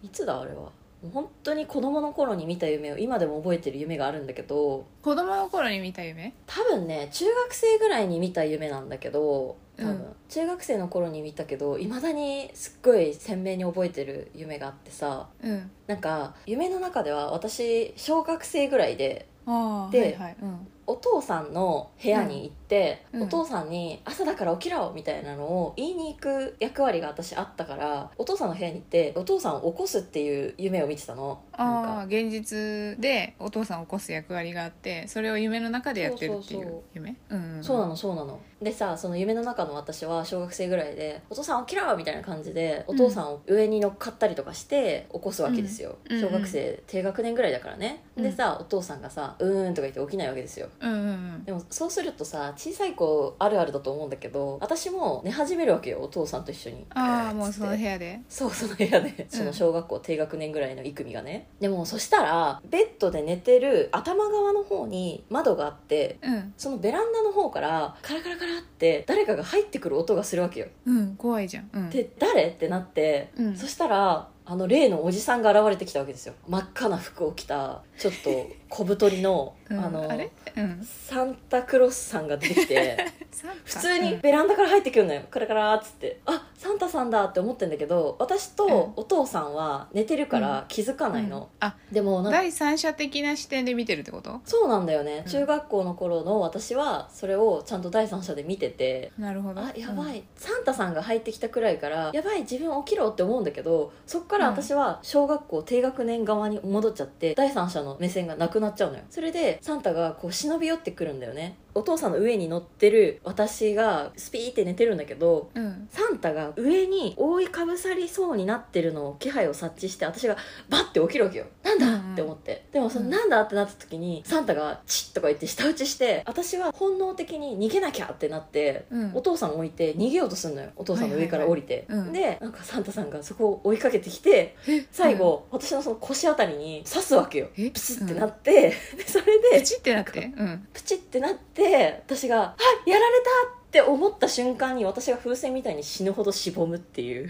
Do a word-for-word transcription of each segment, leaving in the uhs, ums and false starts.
いつだあれは。もう本当に子供の頃に見た夢を今でも覚えてる夢があるんだけど、 子供の頃に見た夢？ 多分ね中学生ぐらいに見た夢なんだけど、多分、 うん、 中学生の頃に見たけどいまだにすっごい鮮明に覚えてる夢があってさ、 うんなんか夢の中では私小学生ぐらいで、 ああではいはいうんお父さんの部屋に行って、 うんお父さんに朝だから起きろみたいなのを言いに行く役割が私あったから、お父さんの部屋に行ってお父さんを起こすっていう夢を見てたの。なんかああ現実でお父さんを起こす役割があって、それを夢の中でやってるっていうそうそうそう夢。うんうん、 そうなのそうなの。でさ、その夢の中の私は小学生ぐらいでお父さん起きろみたいな感じでお父さんを上に乗っかったりとかして起こすわけですよ、 うん小学生低学年ぐらいだからね、 うんでさお父さんがさうーんとか言って起きないわけですよ。 うんうんうんでもそうするとさ小さい子あるあるだと思うんだけど、私も寝始めるわけよお父さんと一緒に。 ああうーっつってもうその部屋で。 そうその部屋でその小学校低学年ぐらいのイクミがね、でもそしたらベッドで寝てる頭側の方に窓があって、 うんそのベランダの方からカラカラカラって誰かが入ってくる音がするわけよ。 うん怖いじゃん。うんで誰ってなって、 うんそしたらあの例のおじさんが現れてきたわけですよ。真っ赤な服を着たちょっと小太りの、 うん、 あのあれ、うん、 サンタクロスさんが出てきてサンタ普通にベランダから入ってくるのよ、カラカラーっつって。あ、サンタさんだって思ってんだけど、私とお父さんは寝てるから気づかないの、 うん、あでもなんか第三者的な視点で見てるってこと？ そうなんだよね、 うん中学校の頃の私はそれをちゃんと第三者で見てて、 なるほど。 あやばい、 うんサンタさんが入ってきたくらいからやばい自分起きろって思うんだけど、そっから私は小学校低学年側に戻っちゃって第三者の目線がなくなっちゃうのよ。それでサンタがこう忍び寄ってくるんだよね。お父さんの上に乗ってる私がスピーって寝てるんだけど、 うんサンタが上に覆いかぶさりそうになってるのを気配を察知して、私がバッて起きるわけよ。なんだ、 うんうんって思って、でもそのうんなんだってなった時にサンタがチッとか言って舌打ちして、私は本能的に逃げなきゃってなって、 うんお父さんを置いて逃げようとするのよ、お父さんの上から降りて、 はいはいはいうんでなんかサンタさんがそこを追いかけてきて最後、私のその腰あたりに刺すわけよ。 えプチってなって、でそれでプチってなってうんプチってなって私があやられたって思った瞬間に私が風船みたいに死ぬほどしぼむっていう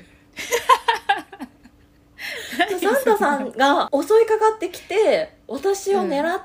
サンタさんが襲いかかってきて私を狙って、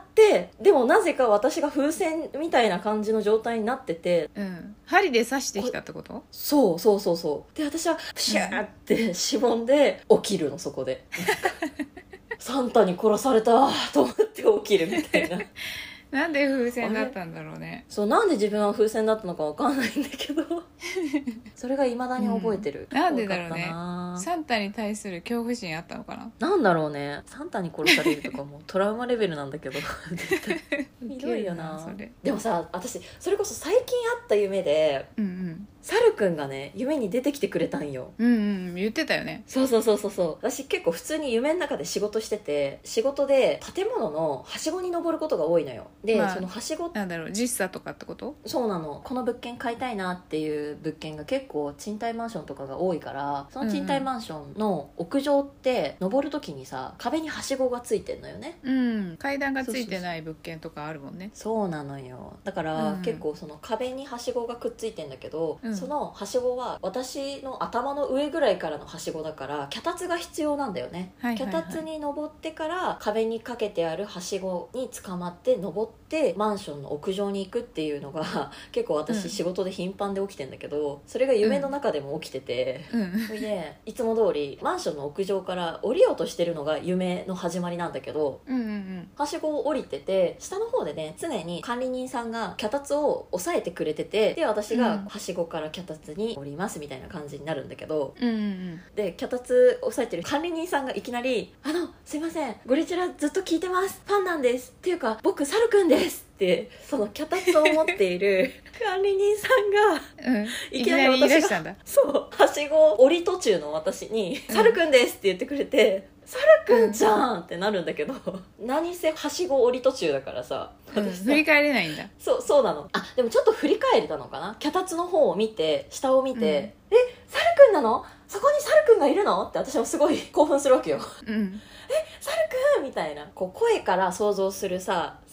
うん、でもなぜか私が風船みたいな感じの状態になってて、 うん針で刺してきたってこと？ そうそうそうそうで私はプシューってしぼんで起きるの、そこでサンタに殺されたと思って起きるみたいななんで風船だったんだろうね。 そうなんで自分は風船だったのかわかんないんだけどそれが未だに覚えてる、 うん、なんでだろうね。 なサンタに対する恐怖心あったのかな。 なんだろうね、サンタに殺されるとかもトラウマレベルなんだけど絶対ひどいよなそれ。 でもさ私それこそ最近あった夢でうんうんサルくんがね夢に出てきてくれたんよ。 うんうん言ってたよね。 そうそうそうそうそう、私結構普通に夢の中で仕事してて、仕事で建物のはしごに登ることが多いのよ。で、 まあそのはしごなんだろう実差とかってこと？ そうなの、この物件買いたいなっていう物件が結構賃貸マンションとかが多いから、その賃貸マンションの屋上って登る時にさ壁にはしごがついてんのよね。 うん階段がついてない物件とかあるもんね。 そうなのよ、だから、 うん結構その壁にはしごがくっついてんだけど、 うんそのはしごは私の頭の上ぐらいからのはしごだから脚立が必要なんだよね、 はいはいはい脚立に登ってから壁にかけてあるはしごに捕まって登ってマンションの屋上に行くっていうのが結構うん私仕事で頻繁で起きてんだけど、それが夢の中でも起きてて、 うんそれでいつも通りマンションの屋上から降りようとしてるのが夢の始まりなんだけど、 うんうんうんはしごを降りてて下の方でね常に管理人さんが脚立を押さえてくれてて、で私うんがはしごから脚立に降りますみたいな感じになるんだけど、 うんうんで脚立押さえてる管理人さんがいきなり「あのすいませんゴリチラずっと聞いてますファンなんですっていうか僕サルくんです」ってその脚立を持っている管理人さんがうんいいきなり言い出したんだ。 そうはしご降り途中の私に「サルくんです」って言ってくれて、サルくんじゃんってなるんだけど、何せはしご降り途中だからさ、 うん私さ振り返れないんだ。 そうそうなの。あでもちょっと振り返れたのかな、脚立の方を見て下を見て、えサルくんなの、そこにサルくんがいるのって私もすごい興奮するわけよ。 うんサルくんみたいな、こう声から想像するさ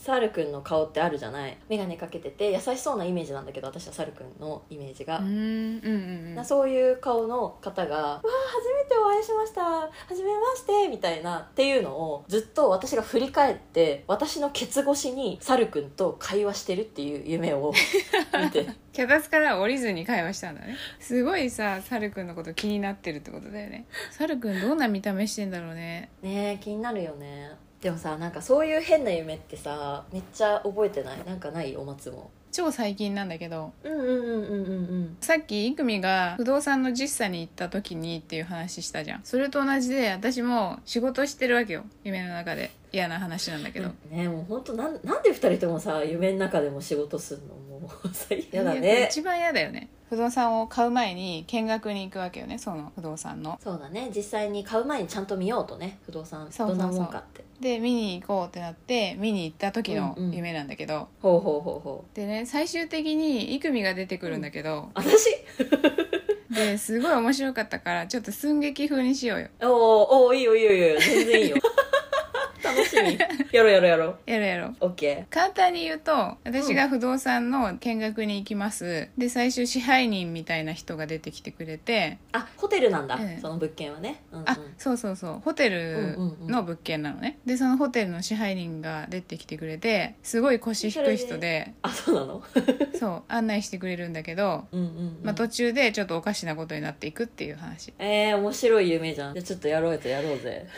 サルくんの顔ってあるじゃない。眼鏡かけてて優しそうなイメージなんだけど、私はサルくんのイメージが、 うんうんうんうん、 そういう顔の方が「わあ初めてお会いしました、はじめまして」みたいなっていうのをずっと私が振り返って、私のケツ越しにサルくんと会話してるっていう夢を見て脚立から降りずに会話したんだね。すごいさ、サルくんのこと気になってるってことだよね。サルくんどんな見た目してんだろうね。 ねえ気になるよね。でもさ、なんかそういう変な夢ってさめっちゃ覚えてない？なんかない？お松も。 超最近なんだけど、 うんうんうんうんうんうんさっきイクミが不動産の実査に行った時にっていう話したじゃん。それと同じで私も仕事してるわけよ、夢の中で。嫌な話なんだけど、 ねえもうほんとなんなんでふたりともさ夢の中でも仕事すんの？もう最悪だね。 一番嫌だよね。不動産を買う前に見学に行くわけよね、その不動産の。 そうだね、実際に買う前にちゃんと見ようとね、不動産そうそうそうどんなもんかって。 で見に行こうってなって見に行った時のうんうん夢なんだけど、 ほうほうほうほう。 でね、最終的にイクミが出てくるんだけど、 私ですごい面白かったからちょっと寸劇風にしようよ。 おーおーいいよいいよいいよ、全然いいよ楽しみ。やろうやろうやろう。 やろうやろう。 オッケ簡単に言うと、私が不動産の見学に行きます、で最終支配人みたいな人が出てきてくれて、 ー。あ、ホテルなんだ、 ええその物件はね、うんうん、 あ、そうそうそう、ホテルの物件なのね。でそのホテルの支配人が出てきてくれて、すごい腰低い人で、 あ、そうなのそう案内してくれるんだけど、 うんうん、うん、 まあ、途中でちょっとおかしなことになっていくっていう話。 えー、面白い夢じゃん。じゃあちょっとやろうとやろうぜ。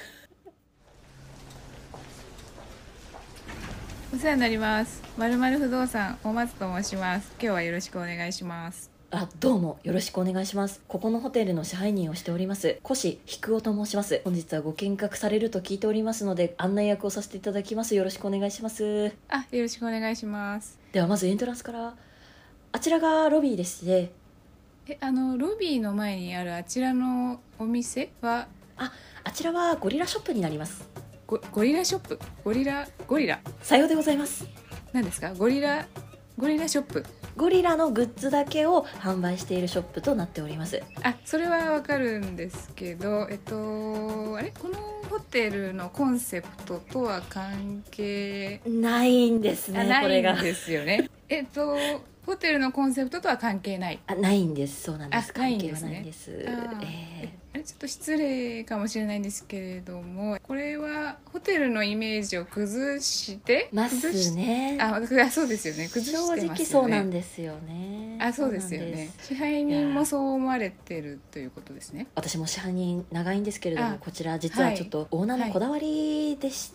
お世話になります。まるまる不動産お松と申します。今日はよろしくお願いします。 あ、どうもよろしくお願いします。ここのホテルの支配人をしております越菊尾と申します。本日はご見学されると聞いておりますので案内役をさせていただきます。よろしくお願いします。 あ、よろしくお願いします。 ではまずエントランスから、あちらがロビーでして、 え、あのロビーの前にあるあちらのお店は？ あ、あちらはゴリラショップになります。 ゴ, ゴリラショップ？ゴリラゴリラさようでございます。 何ですか？ゴリラゴリラショップ？ ゴリラのグッズだけを販売しているショップとなっております。 あ、それはわかるんですけど、えっとあれ、このホテルのコンセプトとは関係ないんですね。 なこれがいんですよねえっとホテルのコンセプトとは関係ない？ あ、ないんです。そうなんです。 あ、ないん関係はですね。 ないんです。 あ、 えあれちょっと失礼かもしれないんですけれども、これはホテルのイメージを崩してー、ますね。 ああ、そうですよね、崩してますよね。 正直そうなんですよね。 あ、そうですよね。支配人もそう思われてるということですね。 私も支配人長いんですけれども、 あ、 こちら実はちょっとオーナーのこだわりでして、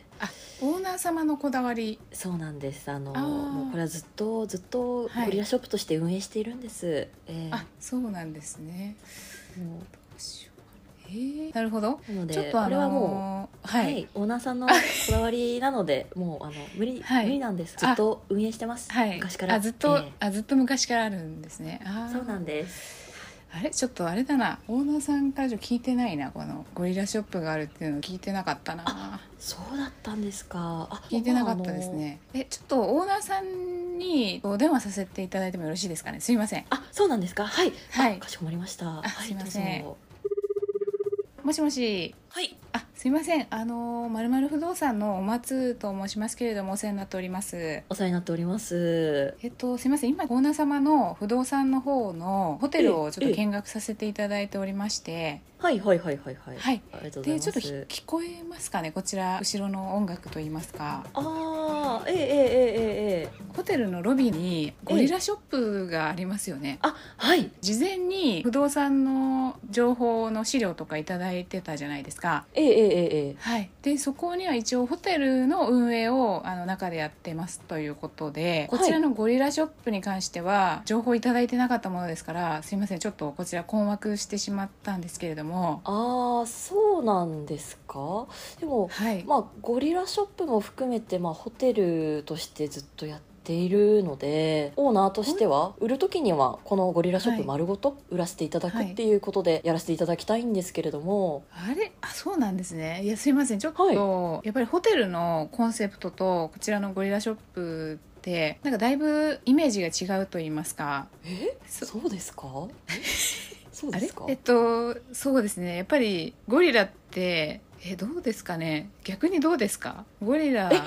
はい、あ、オーナー様のこだわり。 そうなんです。あのあもうこれはずっとずっとゴリラショップとして運営しているんです、はい。えー、 あ、そうなんですね。 もうどうしようかな。えー、なるほど。 なのでちょっとあのー、 これはもう、はい、はい、オーナーさんのこだわりなのでもうあの無理、はい、無理なんです。ずっと運営してます、はい、昔から。 あ、ずっと、 えー、 あ、ずっと昔からあるんですね。あ、 そうなんです。 あれ、ちょっとあれだな、オーナーさんから聞いてないな、このゴリラショップがあるっていうのを聞いてなかったな。 あ、そうだったんですか。あ、 聞いてなかったですね。え、ちょっとオーナーさんにお電話させていただいてもよろしいですかね。すいません。 あ、そうなんですか。はい、 はい、 かしこまりました。 あ、 はい、 すいません。 どうぞ。 もしもし。 はい。 あ、すいません。あのまるまる不動産のお松と申しますけれども、お世話になっております。 お世話になっております。 えっとすいません、今オーナー様の不動産の方のホテルをちょっと見学させていただいておりまして、 はいはいはいはいはい、 はい、 ありがとうございます。 でちょっと聞こえますかね、こちら後ろの音楽といいますか。 ああ、えええええええホテルのロビーにゴリラショップがありますよね。 あ、はい。 事前に不動産の情報の資料とかいただいてたじゃないですか。 ええええええ、 はい。でそこには一応ホテルの運営をあの中でやってますということで、こちらのゴリラショップに関しては情報いただいてなかったものですから、すいません、ちょっとこちら困惑してしまったんですけれども。 ああ、そうなんですか。でも、 はい、 まあゴリラショップも含めて、まあ、ホテルとしてずっとやっているので、オーナーとしては売る時にはこのゴリラショップ丸ごと売らせていただくっていうことでやらせていただきたいんですけれども、 はい、あれ、あ、そうなんですね。いや、すいません、ちょっと、はい、やっぱりホテルのコンセプトとこちらのゴリラショップってなんかだいぶイメージが違うと言いますか。 え、そそうですかそうですか。 あれ、えっとそうですね、やっぱりゴリラってえどうですかね、逆にどうですか、ゴリラ。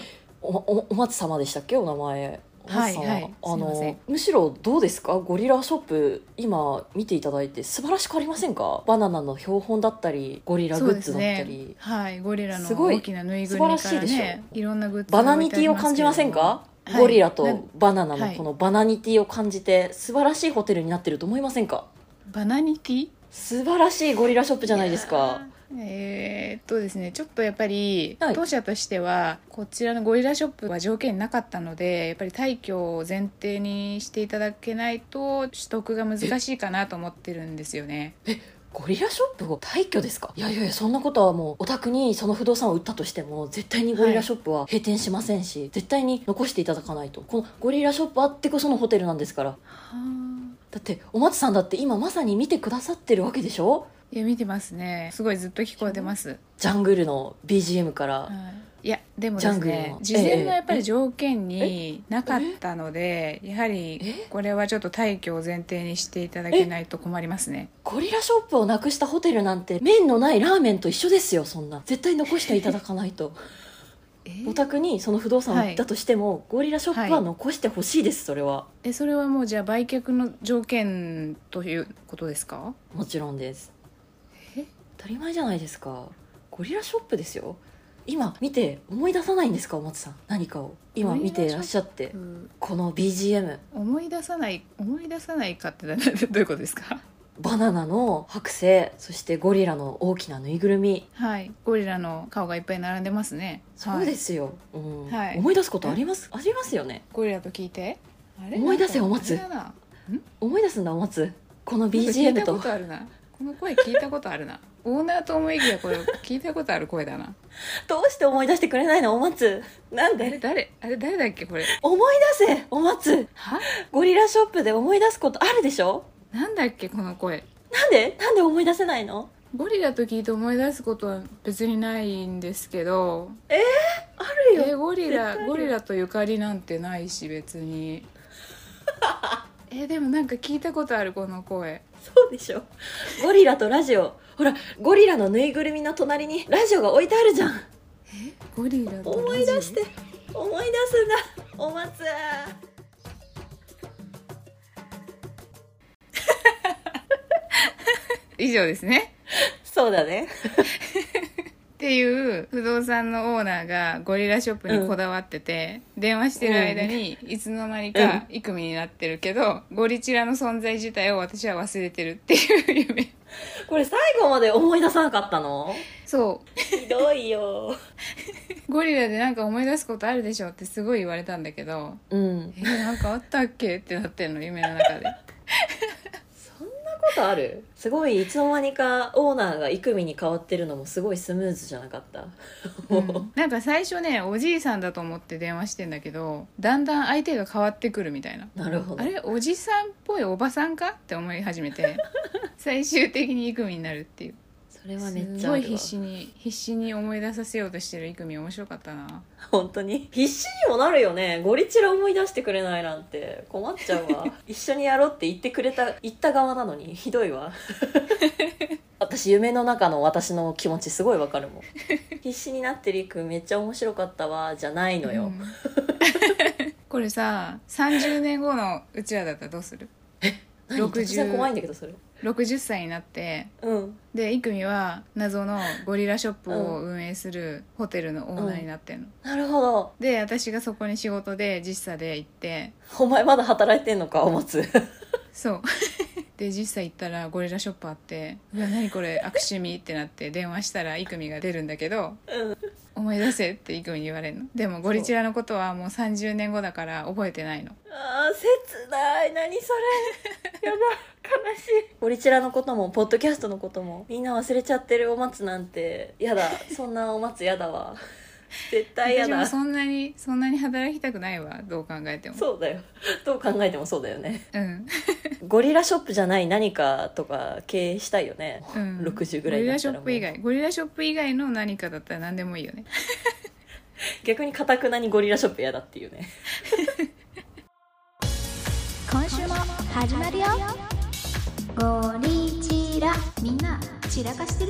おおお松様でしたっけ、お名前。 はいはい、 あのむしろどうですか、ゴリラショップ今見ていただいて素晴らしくありませんか。バナナの標本だったりゴリラグッズだったり、ね、 はい、ゴリラの大きなぬいぐるみからね、いろんなグッズバナニティを感じませんか、はい、ゴリラとバナナのこのバナニティを感じて素晴らしいホテルになってると思いませんか。 バナニティ、 素晴らしいゴリラショップじゃないですか。 えー、っとですねちょっとやっぱり、はい、当社としてはこちらのゴリラショップは条件なかったので、やっぱり退去を前提にしていただけないと取得が難しいかなと思ってるんですよね。 ええゴリラショップを退去ですか。いやいやいや、そんなことはもうお宅にその不動産を売ったとしても絶対にゴリラショップは閉店しませんし、はい、絶対に残していただかないと。このゴリラショップあってこそのホテルなんですから。はだってお松さんだって今まさに見てくださってるわけでしょ。 いや見てますね、すごいずっと聞こえてます。 ジャングルの ビージーエム から、はい、 いやでもですね事前のやっぱり条件になかったので、やはりこれはちょっと退去を前提にしていただけないと困りますね。 ゴリラショップをなくしたホテルなんて麺のないラーメンと一緒ですよ。そんな絶対残していただかないとお宅にその不動産を売ったとしても、はい、ゴリラショップは残してほしいです。それはえそれはもうじゃあ売却の条件ということですか。 もちろんです。え当たり前じゃないですか。ゴリラショップですよ。今見て思い出さないんですか、お松さん。何かを今見ていらっしゃってこの ビージーエム思い出さない思い出さないかってどういうことですか。 バナナの剥製、そしてゴリラの大きなぬいぐるみ、 はい、ゴリラの顔がいっぱい並んでますね。 そうですよ、はいうんはい、思い出すことありますありますよね。 ゴリラと聞いてあれ思い出せお松。思い出すんだお松。この ビージーエム と聞いたことあるな。この声聞いたことあるな。オーナーと思いきやこれ聞いたことある声だな。 どうして思い出してくれないのお松。なんであれ誰あれ誰だっけこれ。 思い出せお松。はゴリラショップで思い出すことあるでしょ。 なんだっけこの声。 なんでなんで思い出せないの。 ゴリラと聞いて思い出すことは別にないんですけど。 えー、あるよ。 えー、ゴリラゴリラとゆかりなんてないし別にえー、でもなんか聞いたことあるこの声。 そうでしょ。ゴリラとラジオ。ほらゴリラのぬいぐるみの隣にラジオが置いてあるじゃん。 えゴリラとラジオ思い出して思い出すんだお松。 以上ですね。 そうだねっていう不動産のオーナーがゴリラショップにこだわってて、うん、電話してる間にいつの間にかイクミになってるけど、うん、ゴリチラの存在自体を私は忘れてるっていう夢。 これ最後まで思い出さなかったの。 そうひどいよゴリラでなんか思い出すことあるでしょってすごい言われたんだけど、うん、えなんかあったっけってなってんの夢の中でことある。すごいいつの間にかオーナーがイクミに変わってるのもすごいスムーズじゃなかった、 うん、なんか最初ねおじいさんだと思って電話してんだけど、だんだん相手が変わってくるみたいな。 なるほど。 あれおじさんっぽいおばさんかって思い始めて最終的にイクミになるっていう。 それはめっちゃあるわ。 すごい必死に必死に思い出させようとしてるイクミ面白かったな。 本当に必死にもなるよね。ゴリチラ思い出してくれないなんて困っちゃうわ一緒にやろうって言ってくれた言った側なのにひどいわ私夢の中の私の気持ちすごいわかるもん必死になってるイクめっちゃ面白かったわじゃないのよ、うん、 これささんじゅうねんごのうちらだったらどうする。 え何ろくじゅう突然怖いんだけどそれ。 ろくじゅっさいになって、 うん、 でイクミは謎のゴリラショップを運営するホテルのオーナーになってんの、 うん、なるほど。 で私がそこに仕事で実際で行って、 お前まだ働いてんのかお松そうで実際行ったらゴリラショップあって、うわ何これ悪趣味ってなって電話したらイクミが出るんだけど、うん、思い出せってイクミに言われるの。でもゴリチラのことはもうさんじゅうねんごだから覚えてないの。 あー切ない。何それやだ悲しい。ゴリチラのこともポッドキャストのこともみんな忘れちゃってるお松なんてやだ。そんなお松やだわ絶対やだ。 私もそんなにそんなに働きたくないわ。どう考えても。 そうだよ。どう考えてもそうだよね。 うんゴリラショップじゃない何かとか経営したいよね、うん、ろくじゅうぐらいになったらもう。ゴリラショップ以外ゴリラショップ以外の何かだったら何でもいいよね逆に堅くなにゴリラショップやだっていうね今週も始まるよ。ゴリチラみんな散らかしてる。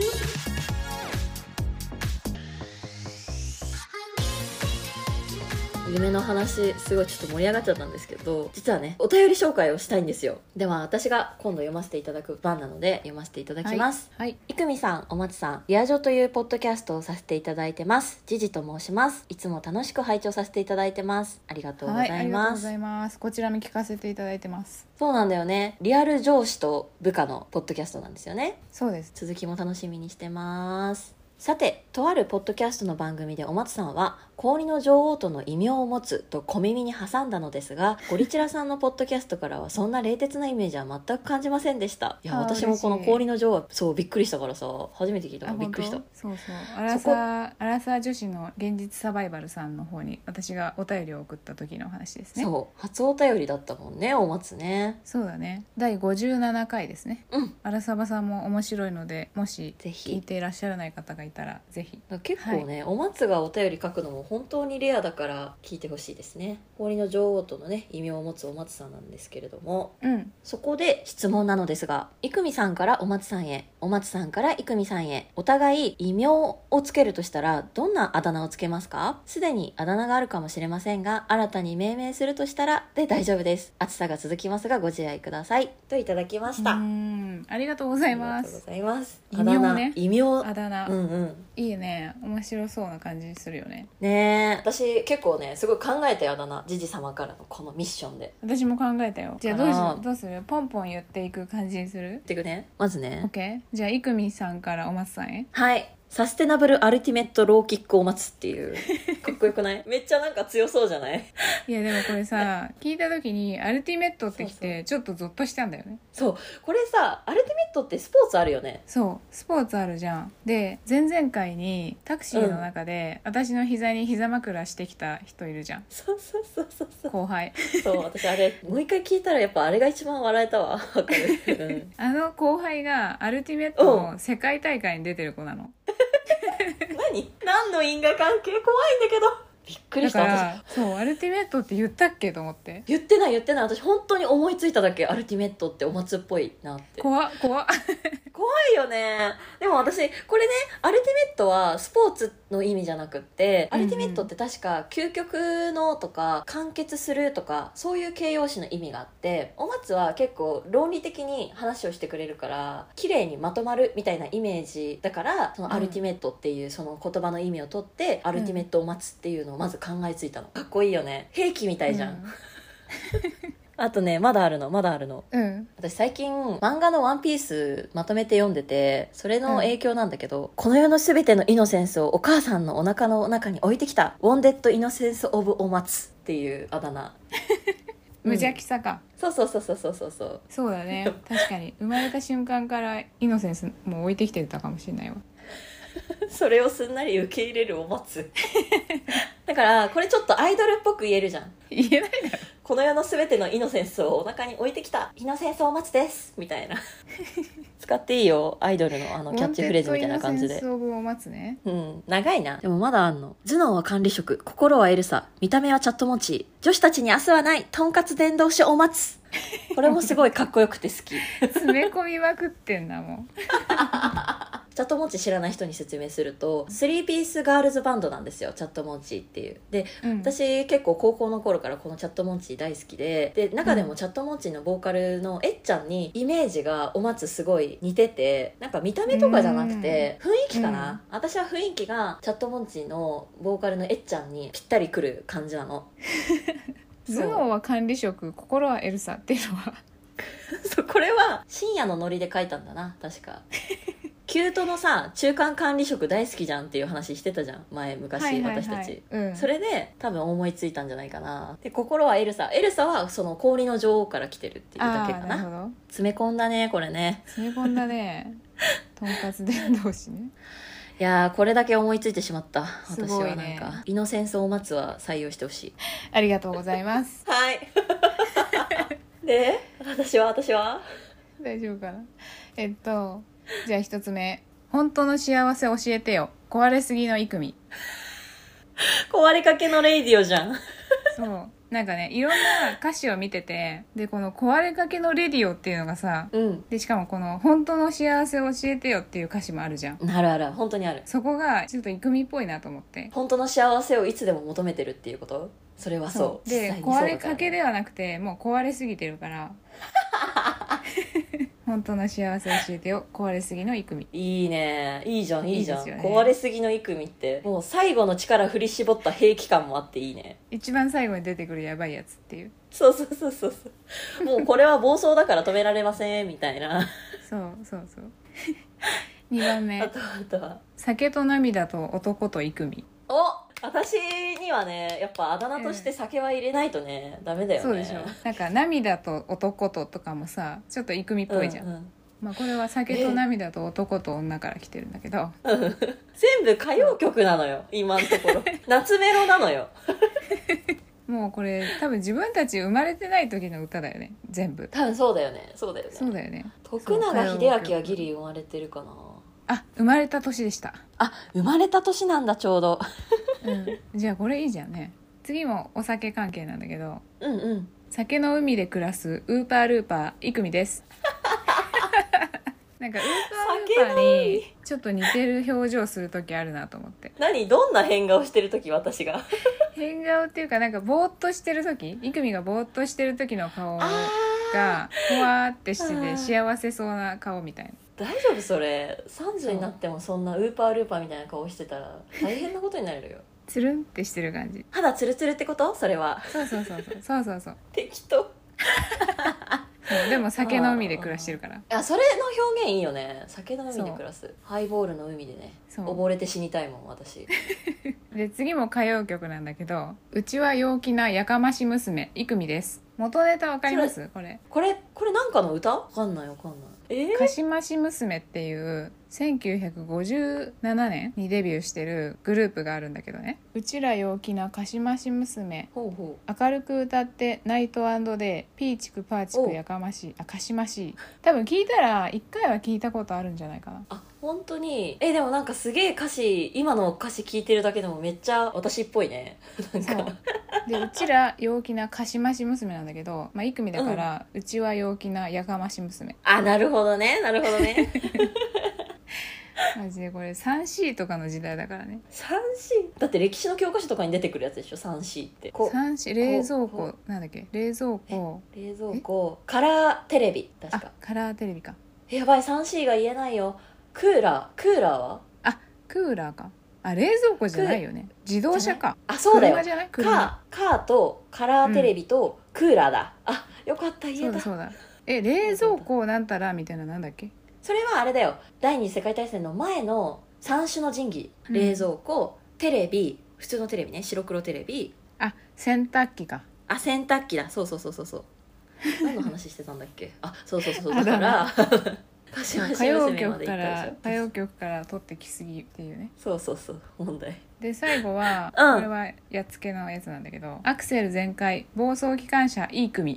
夢の話すごいちょっと盛り上がっちゃったんですけど、実はねお便り紹介をしたいんですよ。では私が今度読ませていただく番なので読ませていただきます。 はい、はい、 いくみさん、おまつさん、リアジョというポッドキャストをさせていただいてます。ジジと申します。いつも楽しく拝聴させていただいてます。ありがとうございます。 はい、ありがとうございます。こちらも聞かせていただいてます。 そうなんだよね。リアル上司と部下のポッドキャストなんですよね。 そうです。 続きも楽しみにしてます。さて、とあるポッドキャストの番組でお松さんは氷の女王との異名を持つと小耳に挟んだのですが、ゴリチラさんのポッドキャストからはそんな冷徹なイメージは全く感じませんでした。いや、私もこの氷の女王はそうびっくりしたからさ、初めて聞いたからびっくりした。 そうそう、アラサーアラサー女子の現実サバイバルさんの方に私がお便りを送った時の話ですね。 そう初お便りだったもんね、お松ね。 そうだね、だいごじゅうななかいですね。 うん、 アラサバさんも面白いので、もしぜひ聞いていらっしゃらない方がいたらぜひ。 結構ね、はい、お松がお便り書くのも本当にレアだから聞いてほしいですね。氷の女王とのね異名を持つお松さんなんですけれども、 うん、 そこで質問なのですが、いくみさんからお松さんへ、お松さんからいくみさんへ、お互い異名をつけるとしたらどんなあだ名をつけますか？すでにあだ名があるかもしれませんが、新たに命名するとしたらで大丈夫です。暑さが続きますがご自愛ください、といただきました。 うーん、ありがとうございます。 ありがとうございます。 異名ね、 異名、 あだ名、 うんうん、 いいね、面白そうな感じするよね。 ねえ、私結構ねすごい考えたよ、あだ名、ジジ様からのこのミッションで。 私も考えたよ。じゃあどうしよう、どうする？ポンポン言っていく感じにする？言っていくね。まずね、 OK、 じゃあいくみさんからお松さんへ。 はい、サステナブルアルティメットローキックを待つっていうかっこよくない？めっちゃなんか強そうじゃない？ いやでもこれさ聞いた時にアルティメットってきてちょっとゾッとしたんだよね。 そうこれさ、アルティメットってスポーツあるよね。 そうスポーツあるじゃん。で前々回にタクシーの中で、うん、私の膝に膝枕してきた人いるじゃん。 そうそうそうそうそう、 後輩。 そう私あれもう一回聞いたらやっぱあれが一番笑えたわ。わかる、うん、 あの後輩がアルティメットの世界大会に出てる子なの。 何何の因果関係？怖いんだけど。びっくりした。 だからそうアルティメットって言ったっけと思って。 言ってない言ってない。私本当に思いついただけ、アルティメットってお松っぽいなって。 怖っ怖っ怖いよね。でも私これね、アルティメットはスポーツの意味じゃなくって、アルティメットって確か究極のとか完結するとかそういう形容詞の意味があって、お松は結構論理的に話をしてくれるから綺麗にまとまるみたいなイメージだから、そのアルティメットっていうその言葉の意味を取って、うん、アルティメットを待つっていうのをまず考えついたの。かっこいいよね。兵器みたいじゃん、うんあとね、まだあるのまだあるの、 うん、 私最近漫画のワンピースまとめて読んでて、それの影響なんだけど、うん、この世のすべてのイノセンスをお母さんのお腹の中に置いてきたウォンデッドイノセンスオブお松っていうあだ名無邪気さか、 うん、そうそうそうそうそうそうそうだね。確かに生まれた瞬間からイノセンスもう置いてきてたかもしれないわそれをすんなり受け入れるお松だからこれちょっとアイドルっぽく言えるじゃん。 言えないだろ。 この世のすべてのイノセンスをお腹に置いてきたイノセンスお松ですみたいな使っていいよ、アイドルのあのキャッチフレーズみたいな感じで。 イノセンスオブお松ね。 うん、長いな。でもまだあんの。頭脳は管理職、心はエルサ、見た目はチャットモチー、女子たちに明日はない、とんかつ伝道師お松。これもすごいかっこよくて好き。 詰め込みまくってんだもんチャットモッチ知らない人に説明すると、スリーピースガールズバンドなんですよ、チャットモッチっていう。で、うん、私結構高校の頃からこのチャットモッチ大好きで、で中でもチャットモッチのボーカルのえっちゃんにイメージがお松すごい似てて、なんか見た目とかじゃなくて雰囲気かな、うん、私は雰囲気がチャットモッチのボーカルのえっちゃんにぴったりくる感じなの頭脳は管理職、心はエルサっていうのはそうこれは深夜のノリで書いたんだな、確かキュートのさ、中間管理職大好きじゃんっていう話してたじゃん前昔、はいはいはい、私たち、うん、それで多分思いついたんじゃないかな。で心はエルサ、エルサはその氷の女王から来てるっていうだけかな。なるほど、詰め込んだねこれね。 詰め込んだねとんかつ伝道師ね。 いやーこれだけ思いついてしまった。 すごいね、 私はなんかイノセンスを待つは採用してほしい。 ありがとうございますはいで私は私は大丈夫かな。えっとじゃあ一つ目、本当の幸せ教えてよ、壊れすぎのイクミ。 壊れかけのレイディオじゃん。 そうなんかね、いろんな歌詞を見てて、でこの壊れかけのレディオっていうのがさ、うん、でしかもこの本当の幸せを教えてよっていう歌詞もあるじゃん。 あるある、本当にある。 そこがちょっとイクミっぽいなと思って。 本当の幸せをいつでも求めてるっていうこと。 それはそそううで実際にそうだからね壊れかけではなくてもう壊れすぎてるから本当の幸せ教えてよ、壊れすぎのイクミ。 いいね、いいじゃんいいじゃん、 いいですよね壊れすぎのイクミってもう最後の力振り絞った兵器感もあっていいね。 一番最後に出てくるやばいやつっていう。 そうそうそうそうそうもうこれは暴走だから止められませんみたいなそうそうそうにばんめ、 あとあとは酒と涙と男とイクミ。 お私にはねやっぱあだ名として酒は入れないとね、ダメだよね。 そうでしょ。なんか涙と男ととかもさちょっとイクミっぽいじゃん、 うんうん、 まあこれは酒と涙と男と女から来てるんだけど、 全部歌謡曲なのよ今のところ夏メロなのよもうこれ多分自分たち生まれてない時の歌だよね全部。 多分そうだよねそうだよねそうだよね。 徳永英明はギリ生まれてるかな。 あ、生まれた年でした。 あ、生まれた年なんだちょうどうん、じゃあこれいいじゃんね。次もお酒関係なんだけど、 うんうん酒の海で暮らすウーパールーパーイクミですなんかウーパールーパーにちょっと似てる表情する時あるなと思って。 何どんな変顔してる時私が変顔っていうかなんかぼーっとしてる時、イクミがぼーっとしてる時の顔がふわーってしてて幸せそうな顔みたいな。 大丈夫それさんじゅうになってもそんなウーパールーパーみたいな顔してたら大変なことになるよつるんってしてる感じ。 肌ツルツルってことそれはそうそうそうそうそうそうそう適当そうでも酒の海で暮らしてるから。 あそれの表現いいよね。酒の海で暮らすハイボールの海でねそう溺れて死にたいもん私で次も歌謡曲なんだけど、うちは陽気なやかまし娘イクミです。元ネタわかります？これこれこれなんかの歌わかんないわかんないえー、 かしまし娘っていうせんきゅうひゃくごじゅうななねんにデビューしてるグループがあるんだけどね。うちら陽気なかしまし娘、 ほうほ明るく歌ってナイト&デー、ピーチクパーチクやかましい、あかしましい。多分聞いたらいっかいは聞いたことあるんじゃないかな。 うあ本当にえでもなんかすげえ歌詞今の歌詞聞いてるだけでもめっちゃ私っぽいねなんそうかでうちら陽気なかしまし娘なんだけど、まあ、イクミだから、うちは陽気なやかまし娘。 あなるほどねなるほどねマジでこれ スリーシー とかの時代だからね。 スリーシー だって歴史の教科書とかに出てくるやつでしょ スリーシー ってこうスリーシー 冷蔵こ庫なんだっけ、冷蔵庫、 冷蔵庫カラーテレビ確あかカラーテレビか。 やばい スリーシー が言えないよ。クーラークーラーはあクーラーか。あ冷蔵庫じゃないよね、自動車か。 あそうだよ車じゃない車。 カーカーとカラーテレビとクーラーだ、うん、あよかった言えたそうだそうだ。え冷蔵庫なんたらみたいななんだっけ。 それはあれだよ第二次世界大戦の前の三種の神器、冷蔵庫テレビ普通のテレビね白黒テレビあ洗濯機か。 あ洗濯機だそうそうそうそうそう何の話してたんだっけあそうそうそうだから歌謡曲から歌謡曲から取ってきすぎっていうね。 そうそうそう問題で最後は、 うん、 これはやっつけのやつなんだけど、アクセル全開暴走機関車いい組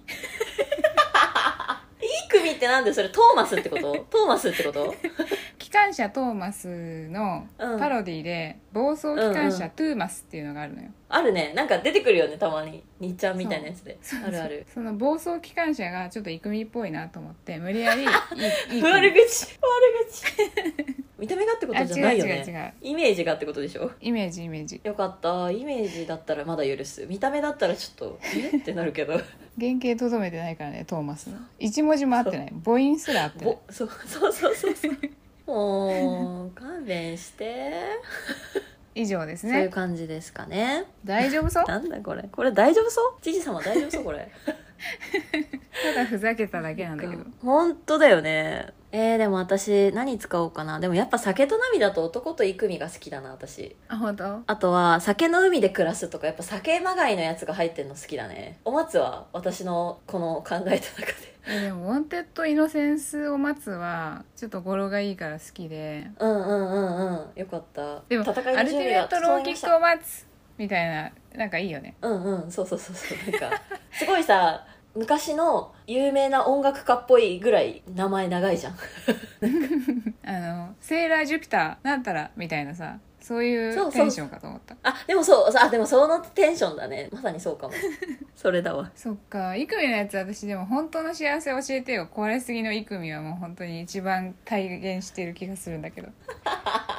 いい組ってなんでそれトーマスってことトーマスってこと機関車トーマスのパロディで、うん、暴走機関車トゥーマスっていうのがあるのよ。 あるねなんか出てくるよねたまににっちゃんみたいなやつであるある。 その暴走機関車がちょっとイクミっぽいなと思って無理やりいいいい悪口悪口見た目がってことじゃないよね。 違う違う違うイメージがってことでしょ。 イメージイメージ。 よかったイメージだったらまだ許す。見た目だったらちょっとえってなるけど原型とどめてないからねトーマスの一文字も合ってない母音すら合ってない。 そうそうそうそうそうもう勘弁して以上ですね。 そういう感じですかね。 大丈夫そうなんだこれこれ大丈夫そうじじ様大丈夫そうこれただふざけただけなんだけど本当だよね。えー、でも私何使おうかな。でもやっぱ酒と涙と男とイクミが好きだな私。 あ本当。 あとは酒の海で暮らすとかやっぱ酒まがいのやつが入ってるの好きだね。お松は私のこの考えた中でえでもウォンテッドイノセンスお松はちょっと語呂がいいから好きで、 うんうんうんうんよかった。 でも戦いのアルティメ準備がットローキックお松みたいななんかいいよね。 うんうんそうそうそうそうなんかすごいさ昔の有名な音楽家っぽいぐらい名前長いじゃんあのセーラージュピターなんたらみたいなさそういうテンションかと思った。 あでもそうあでもそのテンションだねまさにそうかもそれだわ。 そっかイクミのやつ私でも本当の幸せ教えてよ壊れすぎのイクミはもう本当に一番体現してる気がするんだけど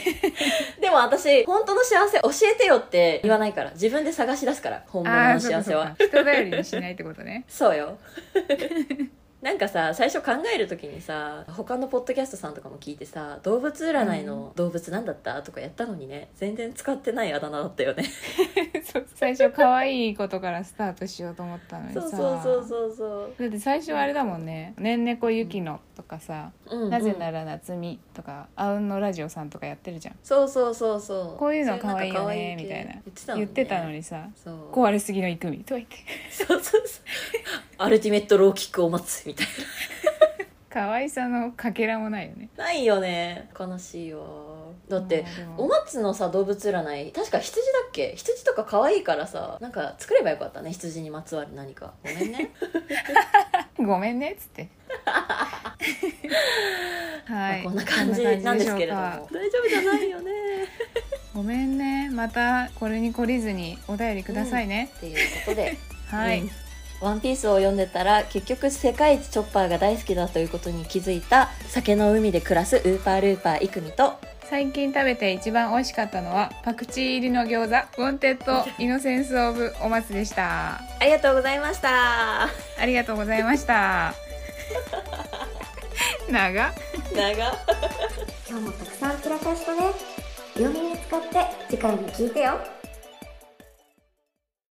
でも私本当の幸せ教えてよって言わないから、自分で探し出すから、本物の幸せは。 あーそうかそうか人頼りにしないってことね。 そうよ。なんかさ、最初考える時にさ、他のポッドキャストさんとかも聞いてさ、動物占いの動物なんだったとかやったのにね、全然使ってないあだ名だったよね。 そう最初可愛いことからスタートしようと思ったのにさ、 そうそうそうそうそう。 だって最初はあれだもんね、ねんねこゆきのとかさ、 うんうん、 なぜなら夏美とかあうんのラジオさんとかやってるじゃん。 そうそうそうそう。 こういうの可愛いよねそううなんか可愛い系みたいな言ってたもんね言ってたのにさ、 そう。 壊れすぎのイクミとか言ってそうそうそう。アルティメットローキックを待つみたい可愛さのかけらもないよね。 な。ないよね。悲しいわ。だってまあでもお松のさ動物占い確か羊だっけ、羊とか可愛いからさ、なんか作ればよかったね、羊にまつわる何か。ごめんね。 ごめんねっつってはい、 まあこんな感じなんですけれども、 こんな感じでしょうか。 大丈夫じゃないよね。 ごめんね、またこれに懲りずにお便りくださいね、 っていうことで、 はい、 うんワンピースを読んでたら結局世界一チョッパーが大好きだということに気づいた酒の海で暮らすウーパールーパーイクミと、 最近食べて一番美味しかったのはパクチー入りの餃子ウォンテッドイノセンスオブお松でした。 ありがとうございました。 ありがとうございました長長今日もたくさん散らかしたね。両耳使って次回も聞いてよ。